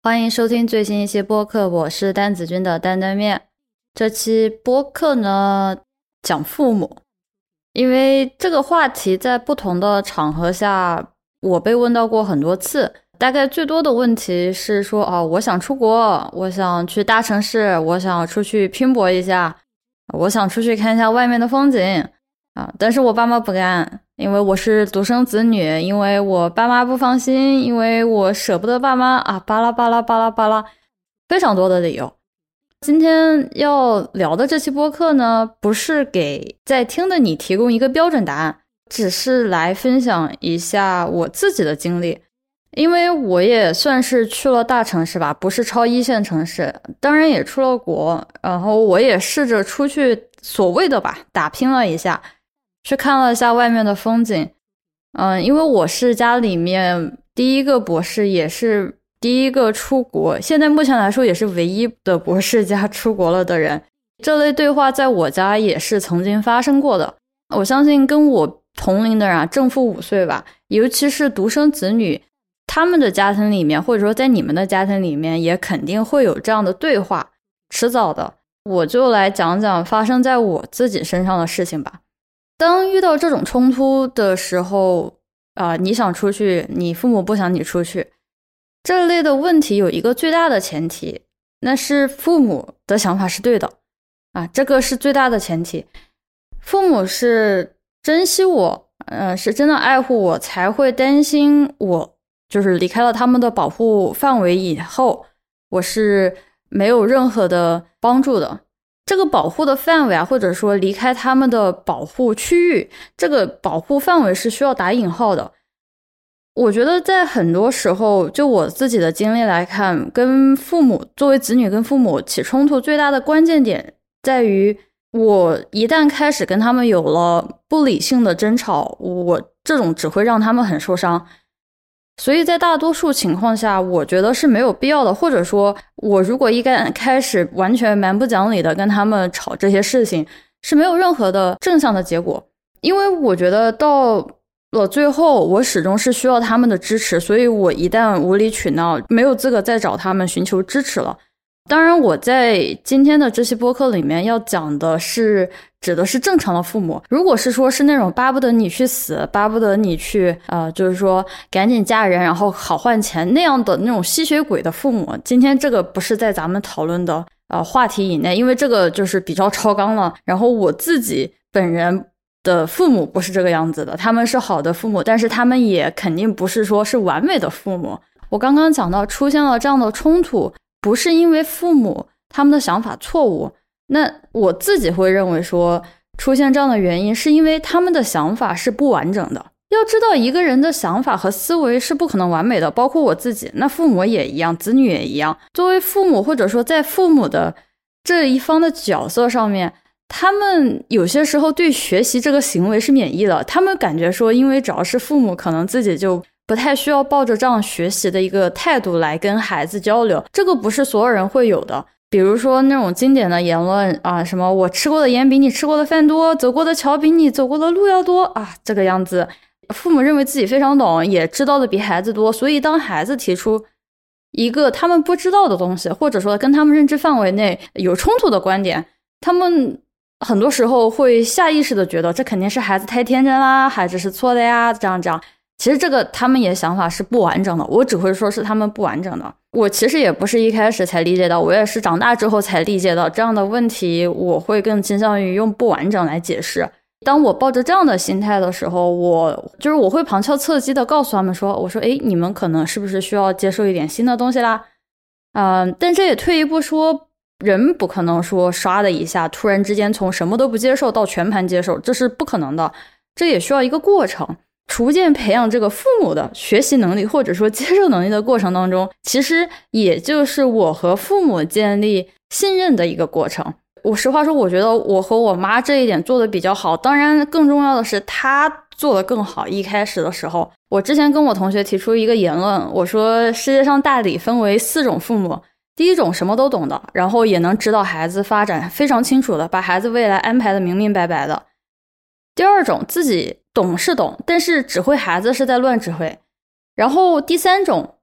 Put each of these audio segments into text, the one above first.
欢迎收听最新一期播客，我是担子君的担担面。这期播客呢讲父母，因为这个话题在不同的场合下我被问到过很多次，大概最多的问题是说我想出国，我想去大城市，我想出去拼搏一下，我想出去看一下外面的风景但是我爸妈不干，因为我是独生子女，因为我爸妈不放心，因为我舍不得爸妈巴拉巴拉巴拉巴拉，非常多的理由。今天要聊的这期播客呢，不是给在听的你提供一个标准答案，只是来分享一下我自己的经历。因为我也算是去了大城市吧，不是超一线城市，当然也出了国，然后我也试着出去所谓的吧打拼了一下，去看了一下外面的风景。因为我是家里面第一个博士，也是第一个出国，现在目前来说也是唯一的博士加出国了的人。这类对话在我家也是曾经发生过的。我相信跟我同龄的人正负5岁吧，尤其是独生子女，他们的家庭里面，或者说在你们的家庭里面，也肯定会有这样的对话，迟早的。我就来讲讲发生在我自己身上的事情吧。当遇到这种冲突的时候你想出去，你父母不想你出去，这类的问题有一个最大的前提，那是父母的想法是对的这个是最大的前提。父母是珍惜我是真的爱护我，才会担心我就是离开了他们的保护范围以后，我是没有任何的帮助的。这个保护的范围或者说离开他们的保护区域，这个保护范围是需要打引号的。我觉得在很多时候，就我自己的经历来看，跟父母作为子女跟父母起冲突最大的关键点在于，我一旦开始跟他们有了不理性的争吵，我这种只会让他们很受伤。所以在大多数情况下，我觉得是没有必要的，或者说我如果一旦开始完全蛮不讲理的跟他们吵这些事情，是没有任何的正向的结果。因为我觉得到了最后，我始终是需要他们的支持，所以我一旦无理取闹，没有资格再找他们寻求支持了。当然我在今天的这期播客里面要讲的是指的是正常的父母。如果是说是那种巴不得你去死，巴不得你去就是说赶紧嫁人然后好换钱那样的那种吸血鬼的父母，今天这个不是在咱们讨论的话题以内，因为这个就是比较超纲了。然后我自己本人的父母不是这个样子的，他们是好的父母，但是他们也肯定不是说是完美的父母。我刚刚讲到出现了这样的冲突，不是因为父母他们的想法错误，那我自己会认为说出现这样的原因是因为他们的想法是不完整的。要知道一个人的想法和思维是不可能完美的，包括我自己，那父母也一样，子女也一样。作为父母或者说在父母的这一方的角色上面，他们有些时候对学习这个行为是免疫的，他们感觉说因为只要是父母，可能自己就不太需要抱着这样学习的一个态度来跟孩子交流，这个不是所有人会有的。比如说那种经典的言论什么我吃过的盐比你吃过的饭多，走过的桥比你走过的路要多这个样子。父母认为自己非常懂，也知道的比孩子多，所以当孩子提出一个他们不知道的东西，或者说跟他们认知范围内有冲突的观点，他们很多时候会下意识的觉得这肯定是孩子太天真啦，孩子是错的呀，这样。其实这个他们也想法是不完整的，我只会说是他们不完整的。我其实也不是一开始才理解到，我也是长大之后才理解到这样的问题，我会更倾向于用不完整来解释。当我抱着这样的心态的时候，我会旁敲侧击的告诉他们说，我说你们可能是不是需要接受一点新的东西啦但这也退一步说，人不可能说刷的一下突然之间从什么都不接受到全盘接受，这是不可能的，这也需要一个过程。逐渐培养这个父母的学习能力或者说接受能力的过程当中，其实也就是我和父母建立信任的一个过程。我实话说，我觉得我和我妈这一点做的比较好，当然更重要的是她做的更好。一开始的时候，我之前跟我同学提出一个言论，我说世界上大体分为4种父母，第一种什么都懂的，然后也能指导孩子发展非常清楚的，把孩子未来安排的明明白白的。第二种自己懂是懂，但是指挥孩子是在乱指挥。然后第3种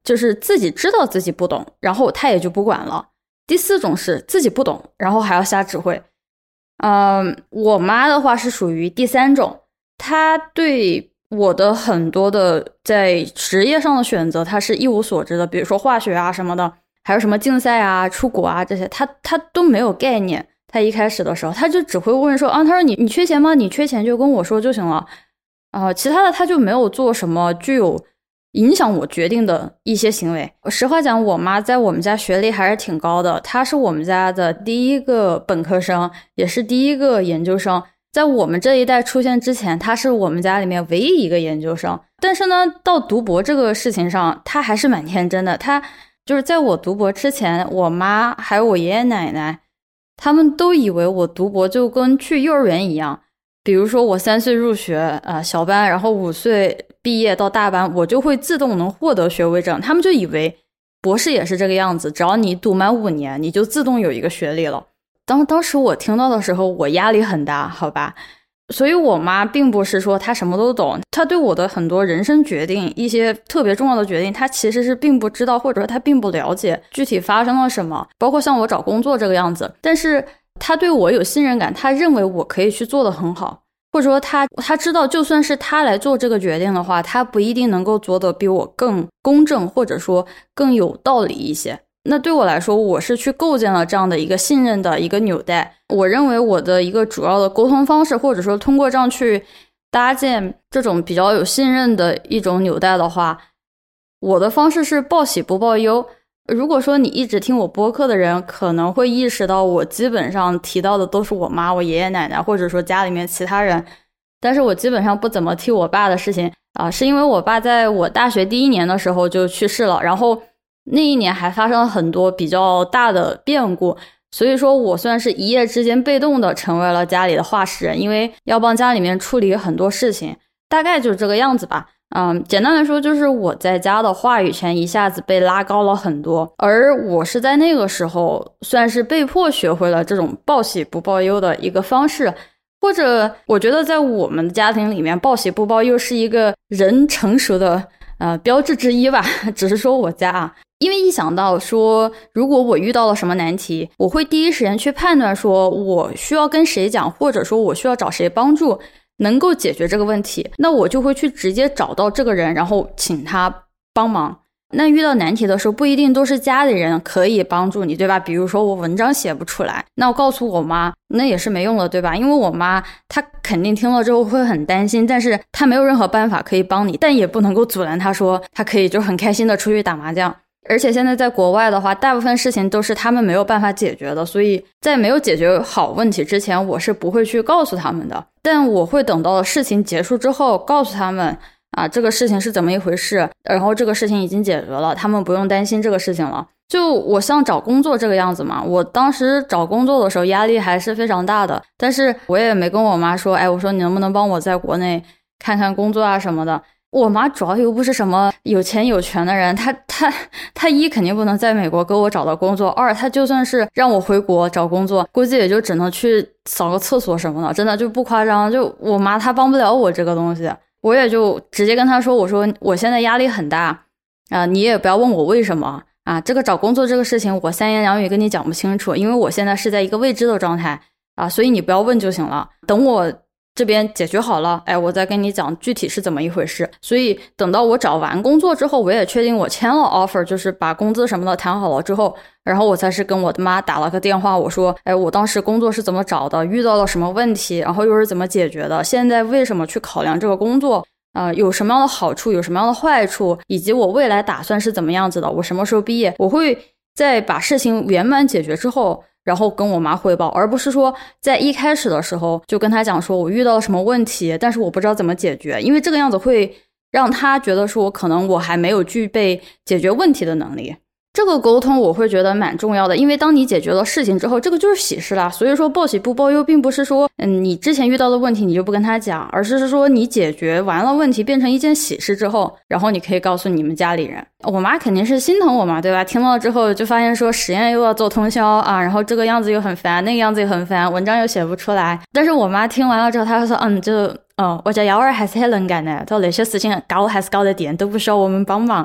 就是自己知道自己不懂，然后他也就不管了。第4种是自己不懂，然后还要瞎指挥。我妈的话是属于第3种，她对我的很多的在职业上的选择，她是一无所知的，比如说化学啊什么的，还有什么竞赛啊、出国啊这些，她都没有概念。她一开始的时候，她就只会问说她说你缺钱吗？你缺钱就跟我说就行了。其他的她就没有做什么具有影响我决定的一些行为。实话讲，我妈在我们家学历还是挺高的，她是我们家的第1个本科生，也是第1个研究生。在我们这一代出现之前，她是我们家里面唯一一个研究生。但是呢，到读博这个事情上，她还是蛮天真的。她就是在我读博之前，我妈还有我爷爷奶奶，他们都以为我读博就跟去幼儿园一样。比如说我3岁入学小班，然后5岁毕业到大班，我就会自动能获得学位证。他们就以为博士也是这个样子，只要你读满5年，你就自动有一个学历了。当时我听到的时候，我压力很大，好吧。所以我妈并不是说她什么都懂，她对我的很多人生决定，一些特别重要的决定，她其实是并不知道，或者说她并不了解具体发生了什么，包括像我找工作这个样子。但是她对我有信任感，她认为我可以去做得很好，或者说她知道就算是她来做这个决定的话，她不一定能够做得比我更公正，或者说更有道理一些。那对我来说，我是去构建了这样的一个信任的一个纽带。我认为我的一个主要的沟通方式，或者说通过这样去搭建这种比较有信任的一种纽带的话，我的方式是报喜不报忧。如果说你一直听我播客的人，可能会意识到我基本上提到的都是我妈、我爷爷奶奶，或者说家里面其他人，但是我基本上不怎么提我爸的事情是因为我爸在我大学第1年的时候就去世了，然后那一年还发生了很多比较大的变故，所以说我算是一夜之间被动的成为了家里的话事人，因为要帮家里面处理很多事情，大概就是这个样子吧。简单来说就是我在家的话语权一下子被拉高了很多，而我是在那个时候算是被迫学会了这种报喜不报忧的一个方式，或者我觉得在我们的家庭里面，报喜不报忧是一个人成熟的标志之一吧。只是说我家因为一想到说如果我遇到了什么难题，我会第一时间去判断说我需要跟谁讲，或者说我需要找谁帮助能够解决这个问题，那我就会去直接找到这个人，然后请他帮忙。那遇到难题的时候，不一定都是家里人可以帮助你，对吧？比如说我文章写不出来，那我告诉我妈，那也是没用的，对吧？因为我妈她肯定听了之后会很担心，但是她没有任何办法可以帮你，但也不能够阻拦她说她可以就很开心的出去打麻将。而且现在在国外的话，大部分事情都是他们没有办法解决的，所以在没有解决好问题之前，我是不会去告诉他们的。但我会等到事情结束之后告诉他们这个事情是怎么一回事，然后这个事情已经解决了，他们不用担心这个事情了。就我像找工作这个样子嘛，我当时找工作的时候压力还是非常大的，但是我也没跟我妈说我说你能不能帮我在国内看看工作什么的。我妈主要又不是什么有钱有权的人，她一肯定不能在美国给我找到工作，二她就算是让我回国找工作，估计也就只能去扫个厕所什么的，真的就不夸张。就我妈她帮不了我这个东西，我也就直接跟她说，我说我现在压力很大你也不要问我为什么这个找工作这个事情我3言2语跟你讲不清楚，因为我现在是在一个未知的状态所以你不要问就行了，等我这边解决好了我再跟你讲具体是怎么一回事。所以等到我找完工作之后，我也确定我签了 offer， 就是把工资什么的谈好了之后，然后我才是跟我的妈打了个电话，我说我当时工作是怎么找的，遇到了什么问题，然后又是怎么解决的，现在为什么去考量这个工作有什么样的好处，有什么样的坏处，以及我未来打算是怎么样子的，我什么时候毕业。我会在把事情圆满解决之后然后跟我妈汇报，而不是说在一开始的时候就跟她讲说我遇到了什么问题，但是我不知道怎么解决，因为这个样子会让她觉得说可能我还没有具备解决问题的能力。这个沟通我会觉得蛮重要的，因为当你解决了事情之后，这个就是喜事啦。所以说报喜不报忧并不是说你之前遇到的问题你就不跟他讲，而是说你解决完了问题变成一件喜事之后，然后你可以告诉你们家里人。我妈肯定是心疼我嘛，对吧？听到之后就发现说实验又要做通宵然后这个样子又很烦，那个样子又很烦，文章又写不出来。但是我妈听完了之后她说我家幺儿还是很能干的，她说那些事情搞还是搞得定，都不需要我们帮忙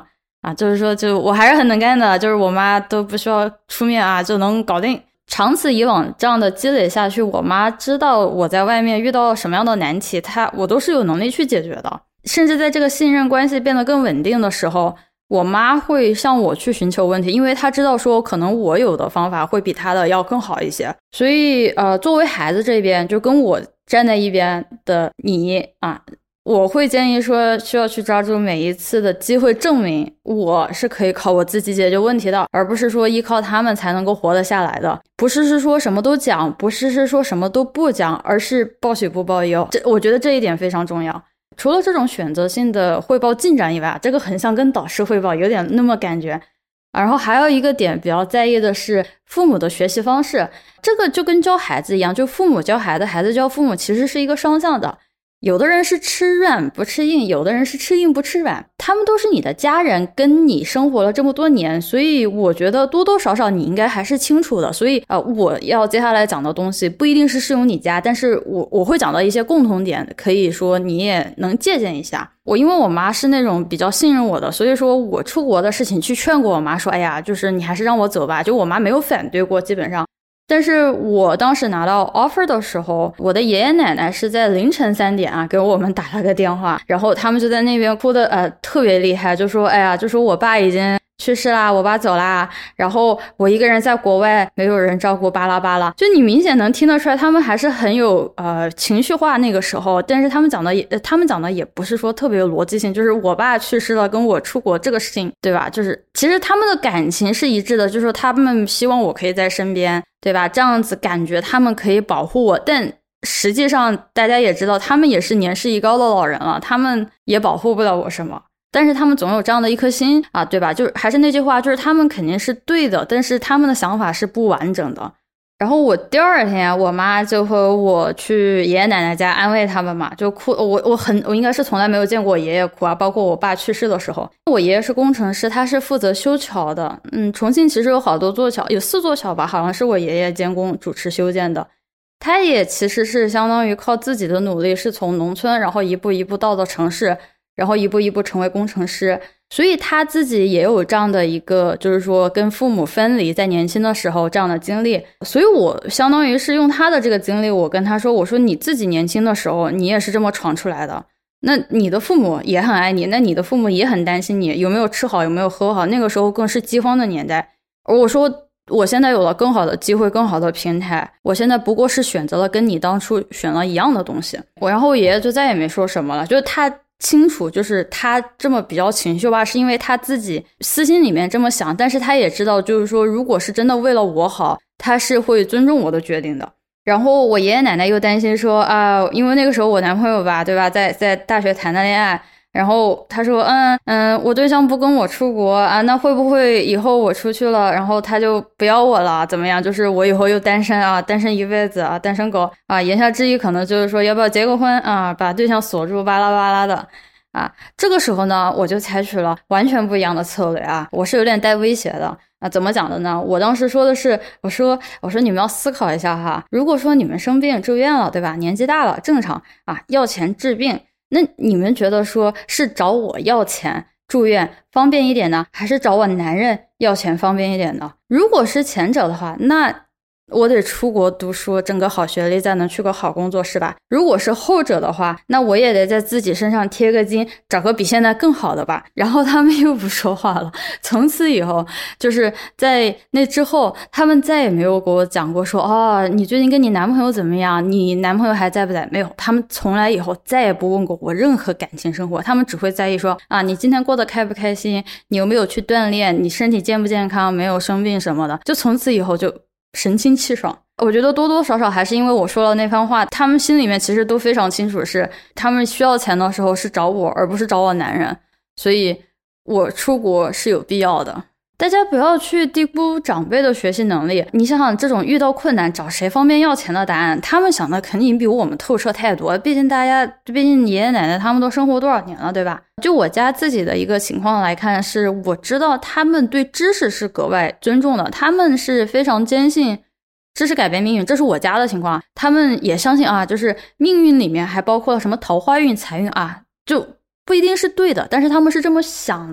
就是说就我还是很能干的，就是我妈都不需要出面啊就能搞定。长此以往这样的积累下去，我妈知道我在外面遇到什么样的难题，我都是有能力去解决的。甚至在这个信任关系变得更稳定的时候，我妈会向我去寻求问题，因为她知道说可能我有的方法会比她的要更好一些。所以作为孩子这边就跟我站在一边的你我会建议说需要去抓住每一次的机会，证明我是可以靠我自己解决问题的，而不是说依靠他们才能够活得下来的。不是说什么都讲，不是说什么都不讲，而是报喜不报忧。我觉得这一点非常重要。除了这种选择性的汇报进展以外，这个很像跟导师汇报，有点那么感觉。然后还有一个点比较在意的是父母的学习方式，这个就跟教孩子一样，就父母教孩子，孩子教父母，其实是一个双向的。有的人是吃软不吃硬，有的人是吃硬不吃软，他们都是你的家人，跟你生活了这么多年，所以我觉得多多少少你应该还是清楚的。所以我要接下来讲的东西不一定是适用你家，但是我会讲到一些共同点，可以说你也能借鉴一下。因为我妈是那种比较信任我的，所以说我出国的事情去劝过我妈说，哎呀，就是你还是让我走吧，就我妈没有反对过基本上。但是我当时拿到 offer 的时候，我的爷爷奶奶是在凌晨3点给我们打了个电话，然后他们就在那边哭的特别厉害，就说哎呀，就说我爸已经去世啦，我爸走啦，然后我一个人在国外没有人照顾，巴拉巴拉。就你明显能听得出来他们还是很有情绪化那个时候，但是他们讲的也不是说特别有逻辑性，就是我爸去世了跟我出国这个事情，对吧，就是其实他们的感情是一致的，就是说他们希望我可以在身边，对吧，这样子感觉他们可以保护我。但实际上大家也知道他们也是年事已高的老人了，他们也保护不了我什么，但是他们总有这样的一颗心对吧，就是还是那句话，就是他们肯定是对的，但是他们的想法是不完整的。然后我第二天我妈就和我去爷爷奶奶家安慰他们嘛，就哭。我应该是从来没有见过我爷爷哭包括我爸去世的时候。我爷爷是工程师，他是负责修桥的。重庆其实有好多座桥，有4座桥吧，好像是我爷爷监工主持修建的。他也其实是相当于靠自己的努力，是从农村然后一步一步到了城市，然后一步一步成为工程师。所以他自己也有这样的一个，就是说跟父母分离在年轻的时候这样的经历。所以我相当于是用他的这个经历，我跟他说，我说你自己年轻的时候你也是这么闯出来的，那你的父母也很爱你，那你的父母也很担心你有没有吃好有没有喝好，那个时候更是饥荒的年代。而我说我现在有了更好的机会，更好的平台，我现在不过是选择了跟你当初选了一样的东西。然后我爷爷就再也没说什么了，就是他清楚，就是他这么比较情绪吧，是因为他自己私心里面这么想，但是他也知道，就是说如果是真的为了我好，他是会尊重我的决定的。然后我爷爷奶奶又担心说因为那个时候我男朋友吧，对吧，在大学谈的恋爱，然后他说我对象不跟我出国那会不会以后我出去了然后他就不要我了怎么样，就是我以后又单身单身一辈子单身狗言下之意可能就是说要不要结个婚把对象锁住巴拉巴拉的这个时候呢我就采取了完全不一样的策略我是有点带威胁的怎么讲的呢？我当时说的是我说你们要思考一下哈，如果说你们生病住院了，对吧，年纪大了正常要钱治病，那你们觉得说是找我要钱住院方便一点呢，还是找我男人要钱方便一点呢？如果是前者的话，那我得出国读书，挣个好学历，再能去个好工作，是吧？如果是后者的话，那我也得在自己身上贴个金，找个比现在更好的吧。然后他们又不说话了。从此以后，就是在那之后，他们再也没有给我讲过说你最近跟你男朋友怎么样？你男朋友还在不在？没有，他们从来以后再也不问过我任何感情生活，他们只会在意说你今天过得开不开心？你有没有去锻炼？你身体健不健康？没有生病什么的？就从此以后就神清气爽。我觉得多多少少还是因为我说了那番话，他们心里面其实都非常清楚，是他们需要钱的时候是找我，而不是找我男人，所以我出国是有必要的。大家不要去低估长辈的学习能力，你想想这种遇到困难找谁方便要钱的答案，他们想的肯定比我们透彻太多，毕竟爷爷奶奶他们都生活多少年了，对吧？就我家自己的一个情况来看，是我知道他们对知识是格外尊重的，他们是非常坚信知识改变命运，这是我家的情况。他们也相信就是命运里面还包括了什么桃花运财运就不一定是对的，但是他们是这么想的。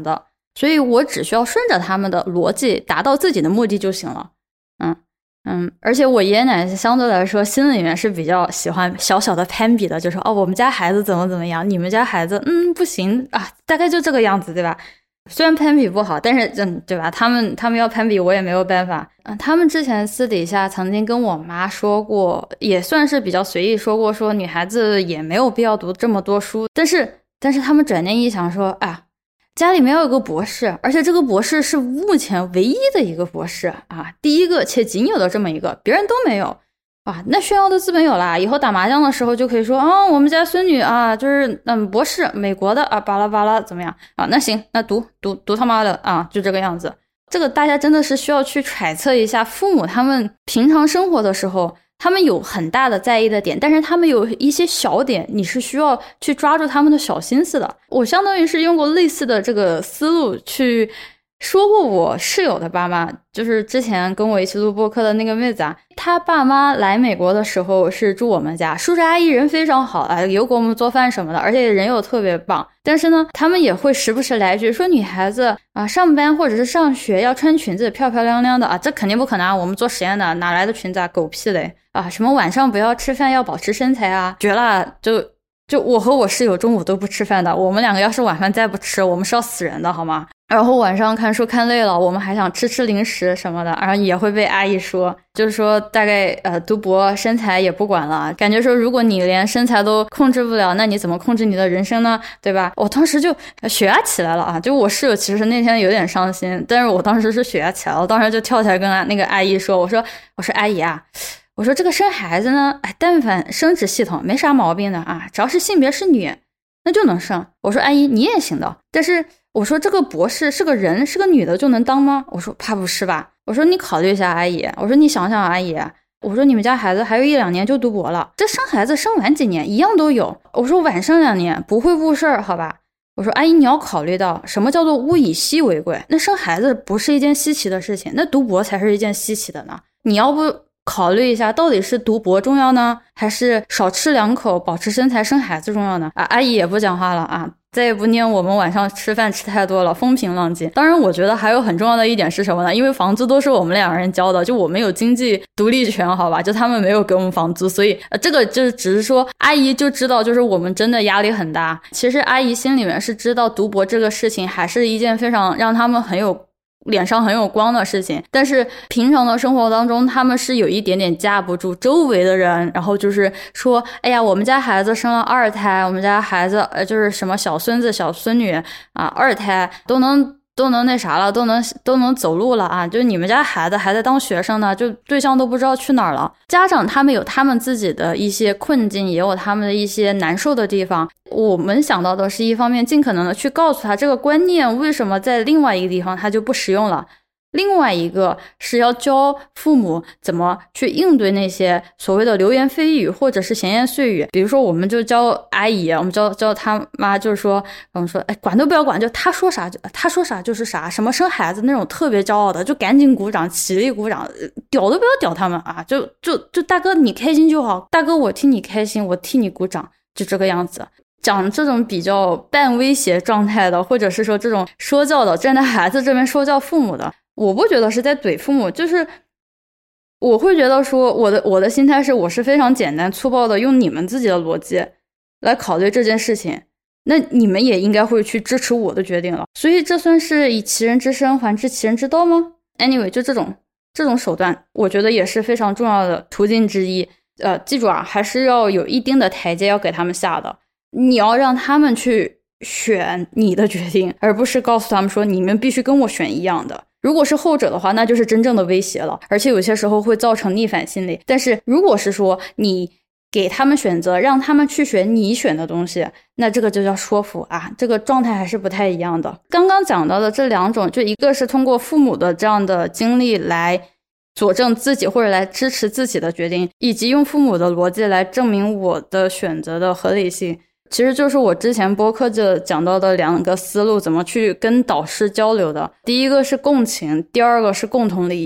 所以我只需要顺着他们的逻辑达到自己的目的就行了。而且我爷爷奶奶相对来说心里面是比较喜欢小小的攀比的，就说我们家孩子怎么样，你们家孩子不行啊，大概就这个样子，对吧？虽然攀比不好，但是对吧？他们要攀比，我也没有办法。他们之前私底下曾经跟我妈说过，也算是比较随意说过，说女孩子也没有必要读这么多书。但是他们转念一想说，家里面要有个博士，而且这个博士是目前唯一的一个博士啊，第一个且仅有的这么一个，别人都没有啊。那炫耀的资本有啦，以后打麻将的时候就可以说我们家孙女啊，就是博士，美国的啊，巴拉巴拉怎么样啊？那行，那读他妈的啊，就这个样子。这个大家真的是需要去揣测一下，父母他们平常生活的时候，他们有很大的在意的点，但是他们有一些小点，你是需要去抓住他们的小心思的。我相当于是用过类似的这个思路去说过我室友的爸妈，就是之前跟我一起录播客的那个妹子啊，她爸妈来美国的时候是住我们家，叔叔阿姨人非常好啊，有给我们做饭什么的，而且人又特别棒。但是呢，他们也会时不时来一句说女孩子啊上班或者是上学要穿裙子漂漂亮亮的啊，这肯定不可能啊，我们做实验的哪来的裙子啊，狗屁嘞啊！什么晚上不要吃饭要保持身材啊，绝了！就我和我室友中午都不吃饭的，我们两个要是晚饭再不吃，我们是要死人的好吗？然后晚上看书看累了，我们还想吃零食什么的，然后也会被阿姨说，就是说大概读博身材也不管了，感觉说如果你连身材都控制不了，那你怎么控制你的人生呢？对吧？我当时就血压起来了啊！就我室友其实那天有点伤心，但是我当时是血压起来了，我当时就跳起来跟那个阿姨说，我说阿姨啊。我说这个生孩子呢，但凡生殖系统没啥毛病的啊，只要是性别是女，那就能生。我说阿姨你也行的，但是我说这个博士是个人，是个女的就能当吗？我说怕不是吧？我说你考虑一下阿姨，我说你想想阿姨，我说你们家孩子还有1-2年就读博了，这生孩子生完几年一样都有。我说晚生2年不会误事儿，好吧？我说阿姨你要考虑到什么叫做物以稀为贵，那生孩子不是一件稀奇的事情，那读博才是一件稀奇的呢。你要不考虑一下到底是读博重要呢，还是少吃2口保持身材生孩子重要呢？阿姨也不讲话了啊，再也不念我们晚上吃饭吃太多了，风平浪静。当然我觉得还有很重要的一点是什么呢？因为房租都是我们2个人交的，就我们有经济独立权好吧，就他们没有给我们房租，所以这个就只是说阿姨就知道就是我们真的压力很大。其实阿姨心里面是知道读博这个事情还是一件非常让他们脸上很有光的事情，但是平常的生活当中他们是有一点点架不住周围的人，然后就是说哎呀我们家孩子生了2胎，我们家孩子就是什么小孙子小孙女啊2胎都能那啥了，都能走路了啊！就你们家孩子还在当学生呢，就对象都不知道去哪儿了。家长他们有他们自己的一些困境，也有他们的一些难受的地方。我们想到的是一方面尽可能的去告诉他这个观念为什么在另外一个地方他就不实用了，另外一个是要教父母怎么去应对那些所谓的流言蜚语或者是闲言碎语。比如说我们就教阿姨，我们教他妈，就是说我们说管都不要管，就他说啥就是啥，什么生孩子那种特别骄傲的就赶紧鼓掌起立鼓掌，屌都不要屌他们啊，就大哥你开心就好，大哥我替你开心，我替你鼓掌，就这个样子。讲这种比较半威胁状态的，或者是说这种说教的，站在孩子这边说教父母的，我不觉得是在怼父母，就是我会觉得说我的心态是我是非常简单粗暴的用你们自己的逻辑来考虑这件事情，那你们也应该会去支持我的决定了。所以这算是以其人之身还治其人之道吗？ Anyway 就这种手段我觉得也是非常重要的途径之一。记住啊，还是要有一定的台阶要给他们下的，你要让他们去选你的决定，而不是告诉他们说你们必须跟我选一样的。如果是后者的话，那就是真正的威胁了，而且有些时候会造成逆反心理。但是如果是说你给他们选择，让他们去选你选的东西，那这个就叫说服啊，这个状态还是不太一样的。刚刚讲到的这2种，就一个是通过父母的这样的经历来佐证自己或者来支持自己的决定，以及用父母的逻辑来证明我的选择的合理性。其实就是我之前播客就讲到的2个思路，怎么去跟导师交流的。第一个是共情，第二个是共同利益。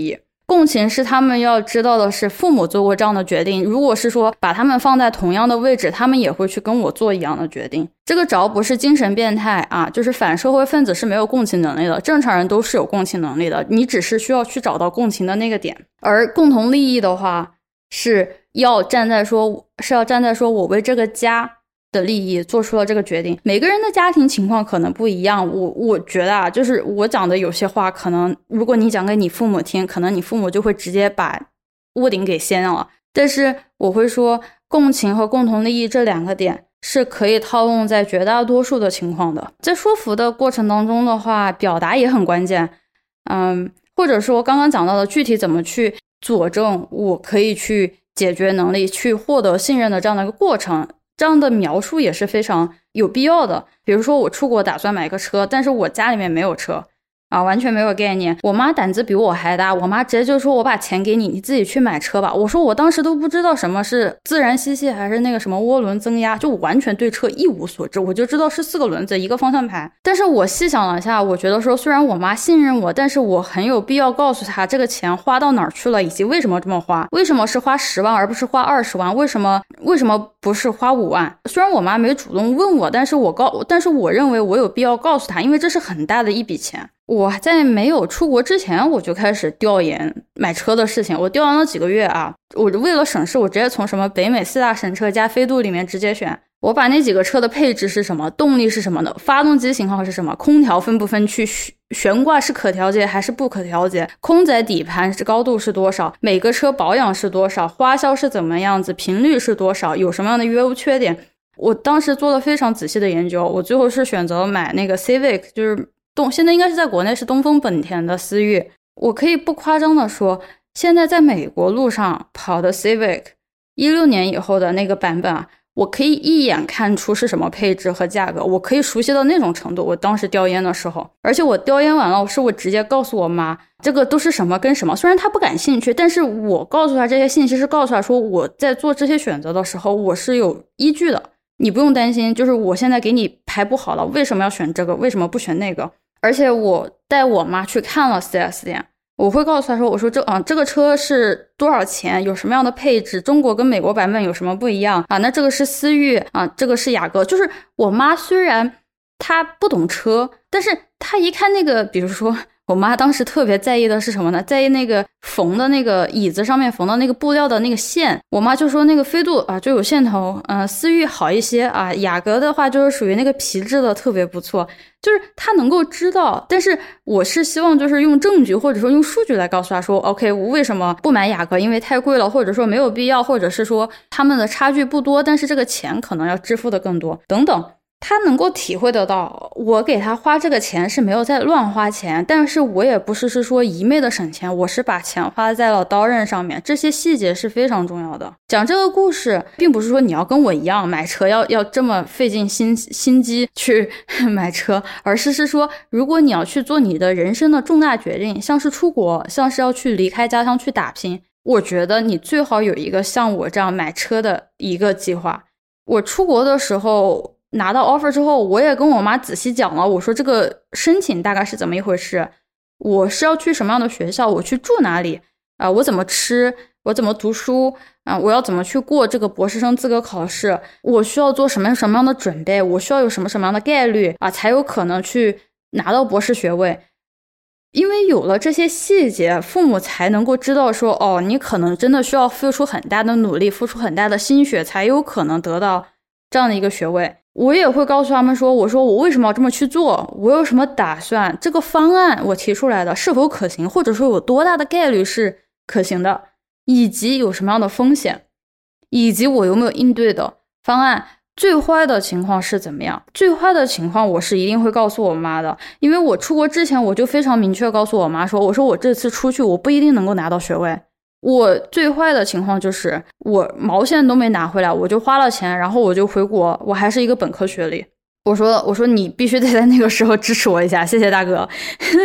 共情是他们要知道的是父母做过这样的决定，如果是说把他们放在同样的位置，他们也会去跟我做一样的决定。这个只要不是精神变态啊，就是反社会分子是没有共情能力的，正常人都是有共情能力的，你只是需要去找到共情的那个点。而共同利益的话是要站在说我为这个家的利益做出了这个决定。每个人的家庭情况可能不一样，我觉得啊，就是我讲的有些话，可能如果你讲给你父母听，可能你父母就会直接把屋顶给掀了。但是我会说，共情和共同利益这两个点是可以套用在绝大多数的情况的。在说服的过程当中的话，表达也很关键。或者说刚刚讲到的具体怎么去佐证我可以去解决能力，去获得信任的这样的一个过程，这样的描述也是非常有必要的。比如说我出国打算买个车，但是我家里面没有车啊，完全没有概念。我妈胆子比我还大，我妈直接就说我把钱给你，你自己去买车吧。我说我当时都不知道什么是自然吸气还是那个什么涡轮增压，就完全对车一无所知，我就知道是4个轮子一个方向盘。但是我细想了一下，我觉得说虽然我妈信任我，但是我很有必要告诉她这个钱花到哪儿去了，以及为什么这么花，为什么是花10万而不是花20万，为什么不是花5万。虽然我妈没主动问我，但是我认为我有必要告诉她，因为这是很大的一笔钱。我在没有出国之前我就开始调研买车的事情，我调研了几个月啊。我为了省事，我直接从什么北美4大神车加飞度里面直接选，我把那几个车的配置是什么，动力是什么的，发动机型号是什么，空调分不分区，悬挂是可调节还是不可调节，空载底盘是高度是多少，每个车保养是多少，花销是怎么样子，频率是多少，有什么样的优缺点。我当时做了非常仔细的研究，我最后是选择买那个 Civic， 就是现在应该是在国内是东风本田的思域。我可以不夸张的说，现在在美国路上跑的 Civic 16年以后的那个版本啊，我可以一眼看出是什么配置和价格，我可以熟悉到那种程度。我当时调研的时候，而且我调研完了，我直接告诉我妈这个都是什么跟什么。虽然她不感兴趣，但是我告诉她这些信息是告诉她说我在做这些选择的时候我是有依据的，你不用担心，就是我现在给你排布好了为什么要选这个，为什么不选那个。而且我带我妈去看了 4S 店，我会告诉她说，我说这个车是多少钱，有什么样的配置，中国跟美国版本有什么不一样啊？那这个是思域啊，这个是雅阁。就是我妈虽然她不懂车，但是她一看那个，比如说我妈当时特别在意的是什么呢？在意那个缝的那个椅子上面缝的那个布料的那个线。我妈就说那个飞度啊就有线头，思域好一些啊，雅阁的话就是属于那个皮质的特别不错。就是她能够知道，但是我是希望就是用证据或者说用数据来告诉她说 OK 我为什么不买雅阁，因为太贵了，或者说没有必要，或者是说他们的差距不多，但是这个钱可能要支付的更多等等。他能够体会得到我给他花这个钱是没有在乱花钱，但是我也不是说一昧的省钱，我是把钱花在了刀刃上面，这些细节是非常重要的。讲这个故事并不是说你要跟我一样买车要这么费尽心机去买车，而是说如果你要去做你的人生的重大决定，像是出国，像是要去离开家乡去打拼，我觉得你最好有一个像我这样买车的一个计划。我出国的时候拿到 offer 之后，我也跟我妈仔细讲了，我说这个申请大概是怎么一回事，我是要去什么样的学校，我去住哪里我怎么吃，我怎么读书我要怎么去过这个博士生资格考试，我需要做什么样的准备，我需要有什么样的概率才有可能去拿到博士学位。因为有了这些细节，父母才能够知道说你可能真的需要付出很大的努力，付出很大的心血，才有可能得到这样的一个学位。我也会告诉他们说，我说我为什么要这么去做，我有什么打算，这个方案我提出来的是否可行，或者说有多大的概率是可行的，以及有什么样的风险，以及我有没有应对的方案，最坏的情况是怎么样。最坏的情况我是一定会告诉我妈的，因为我出国之前我就非常明确告诉我妈说，我说我这次出去我不一定能够拿到学位，我最坏的情况就是我毛线都没拿回来，我就花了钱，然后我就回国，我还是一个本科学历。我说你必须得在那个时候支持我一下，谢谢大哥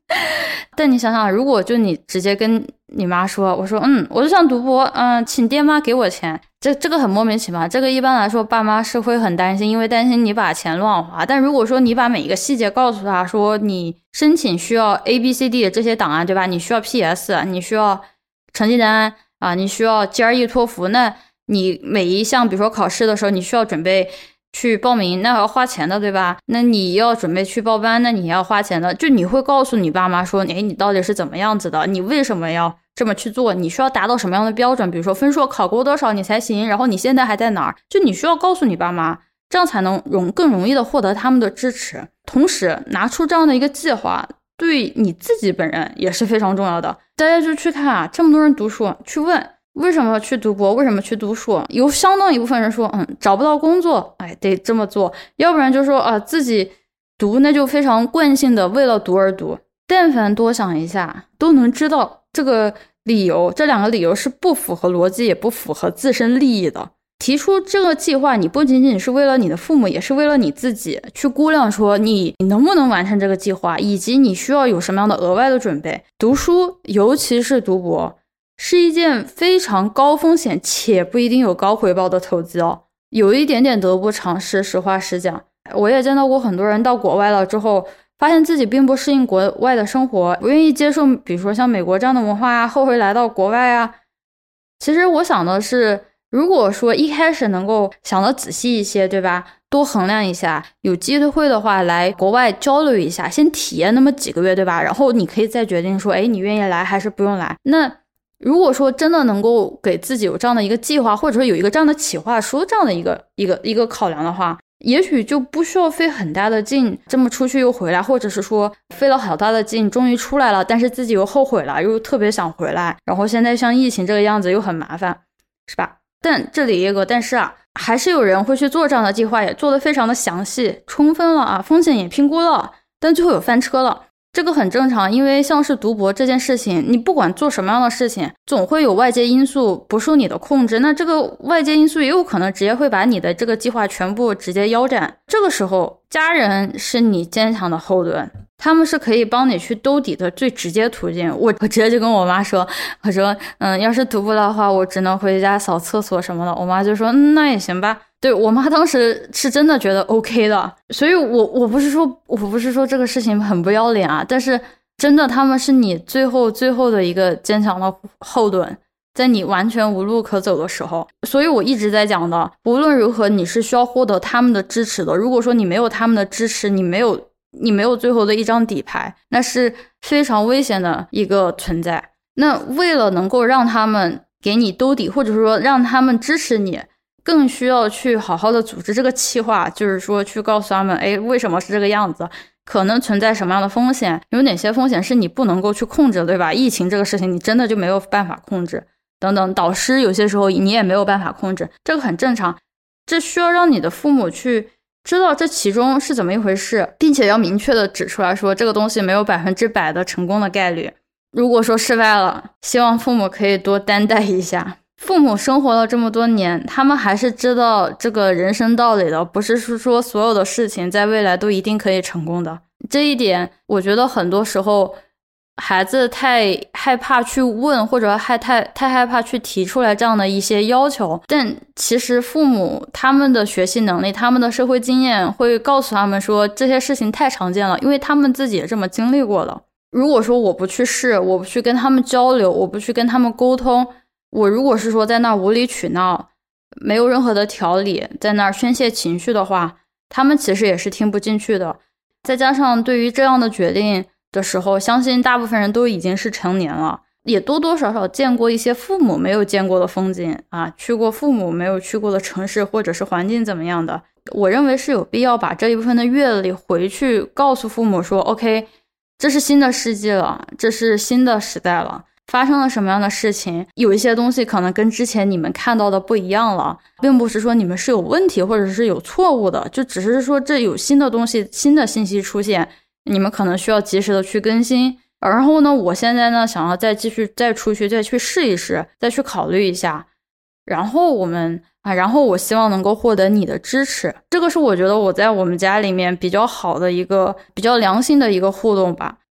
但你想想，如果就你直接跟你妈说，我说我就想读博，请爹妈给我钱，这个很莫名其妙。这个一般来说爸妈是会很担心，因为担心你把钱乱花。但如果说你把每一个细节告诉他，说你申请需要 ABCD 这些档案，对吧？你需要 PS， 你需要成绩单啊，你需要 GRE 托福，那你每一项比如说考试的时候你需要准备去报名，那要花钱的，对吧？那你要准备去报班，那你要花钱的。就你会告诉你爸妈说，你到底是怎么样子的，你为什么要这么去做，你需要达到什么样的标准，比如说分数考过多少你才行，然后你现在还在哪儿，就你需要告诉你爸妈，这样才能更容易的获得他们的支持。同时拿出这样的一个计划对你自己本人也是非常重要的。大家就去看啊，这么多人读书，去问为什么去读博，为什么去读书，有相当一部分人说找不到工作，得这么做，要不然就说自己读那就非常惯性的为了读而读。但凡多想一下都能知道这个理由，这两个理由是不符合逻辑也不符合自身利益的。提出这个计划你不仅仅是为了你的父母，也是为了你自己，去估量说你能不能完成这个计划，以及你需要有什么样的额外的准备。读书尤其是读博是一件非常高风险且不一定有高回报的投资哦，有一点点得不偿失。实话实讲，我也见到过很多人到国外了之后发现自己并不适应国外的生活，不愿意接受比如说像美国这样的文化啊，后悔来到国外啊。其实我想的是，如果说一开始能够想得仔细一些，对吧，多衡量一下，有机会的话来国外交流一下，先体验那么几个月，对吧，然后你可以再决定说你愿意来还是不用来。那如果说真的能够给自己有这样的一个计划，或者说有一个这样的企划书，这样的一个考量的话，也许就不需要费很大的劲这么出去又回来，或者是说费了好大的劲终于出来了，但是自己又后悔了，又特别想回来，然后现在像疫情这个样子又很麻烦，是吧？但这里也有个但是还是有人会去做这样的计划，也做得非常的详细充分了风险也评估了，但最后有翻车了。这个很正常，因为像是读博这件事情，你不管做什么样的事情，总会有外界因素不受你的控制，那这个外界因素也有可能直接会把你的这个计划全部直接腰斩。这个时候家人是你坚强的后盾，他们是可以帮你去兜底的最直接途径。我直接就跟我妈说，我说要是读不了的话，我只能回家扫厕所什么的。我妈就说那也行吧。对，我妈当时是真的觉得 OK 的，所以我不是说这个事情很不要脸啊，但是真的他们是你最后的一个坚强的后盾，在你完全无路可走的时候。所以我一直在讲的，无论如何你是需要获得他们的支持的。如果说你没有他们的支持，你没有最后的一张底牌，那是非常危险的一个存在。那为了能够让他们给你兜底，或者说让他们支持你，更需要去好好的组织这个企划，就是说去告诉他们为什么是这个样子，可能存在什么样的风险，有哪些风险是你不能够去控制，对吧？疫情这个事情你真的就没有办法控制等等，导师有些时候你也没有办法控制，这个很正常。这需要让你的父母去知道这其中是怎么一回事，并且要明确的指出来说这个东西没有100%的成功的概率。如果说失败了，希望父母可以多担待一下。父母生活了这么多年，他们还是知道这个人生道理的，不是说所有的事情在未来都一定可以成功的。这一点我觉得很多时候孩子太害怕去问，或者太害怕去提出来这样的一些要求，但其实父母他们的学习能力，他们的社会经验会告诉他们说这些事情太常见了，因为他们自己也这么经历过了。如果说我不去试，我不去跟他们交流，我不去跟他们沟通，我如果是说在那儿无理取闹，没有任何的条理，在那儿宣泄情绪的话，他们其实也是听不进去的。再加上对于这样的决定的时候，相信大部分人都已经是成年了，也多多少少见过一些父母没有见过的风景去过父母没有去过的城市，或者是环境怎么样的。我认为是有必要把这一部分的阅历回去告诉父母说 OK， 这是新的世纪了，这是新的时代了，发生了什么样的事情，有一些东西可能跟之前你们看到的不一样了，并不是说你们是有问题或者是有错误的，就只是说这有新的东西，新的信息出现，你们可能需要及时的去更新。然后呢，我现在呢想要再出去再去试一试，再去考虑一下，然后我希望能够获得你的支持。这个是我觉得我在我们家里面比较好的一个比较良性的一个互动吧。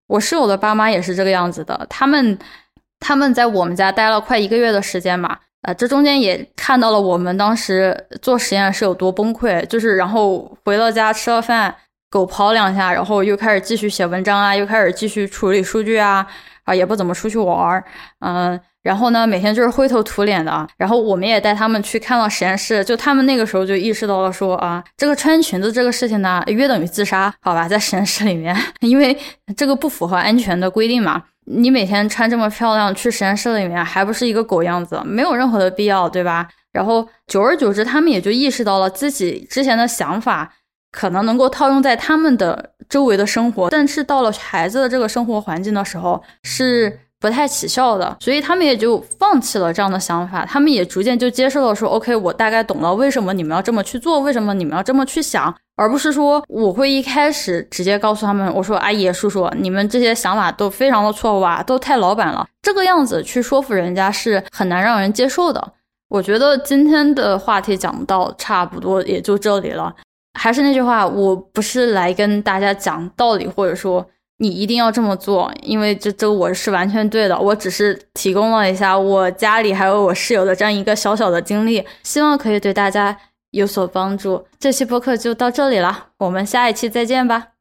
我室友的爸妈也是这个样子的，他们在我们家待了快1个月的时间嘛，这中间也看到了我们当时做实验是有多崩溃，就是然后回了家吃了饭，狗刨2下，然后又开始继续写文章啊，又开始继续处理数据啊，也不怎么出去玩，然后呢，每天就是灰头土脸的。然后我们也带他们去看了实验室，就他们那个时候就意识到了说这个穿裙子这个事情呢，约等于自杀，好吧，在实验室里面，因为这个不符合安全的规定嘛。你每天穿这么漂亮去实验室里面，还不是一个狗样子，没有任何的必要，对吧？然后久而久之，他们也就意识到了自己之前的想法可能能够套用在他们的周围的生活，但是到了孩子的这个生活环境的时候是不太起效的，所以他们也就放弃了这样的想法，他们也逐渐就接受了说 OK 我大概懂了为什么你们要这么去做，为什么你们要这么去想，而不是说我会一开始直接告诉他们，我说阿姨叔叔你们这些想法都非常的错误啊，都太老板了，这个样子去说服人家是很难让人接受的。我觉得今天的话题讲到差不多也就这里了，还是那句话，我不是来跟大家讲道理，或者说你一定要这么做，因为这我是完全对的，我只是提供了一下我家里还有我室友的这样一个小小的经历，希望可以对大家有所帮助。这期播客就到这里了，我们下一期再见吧。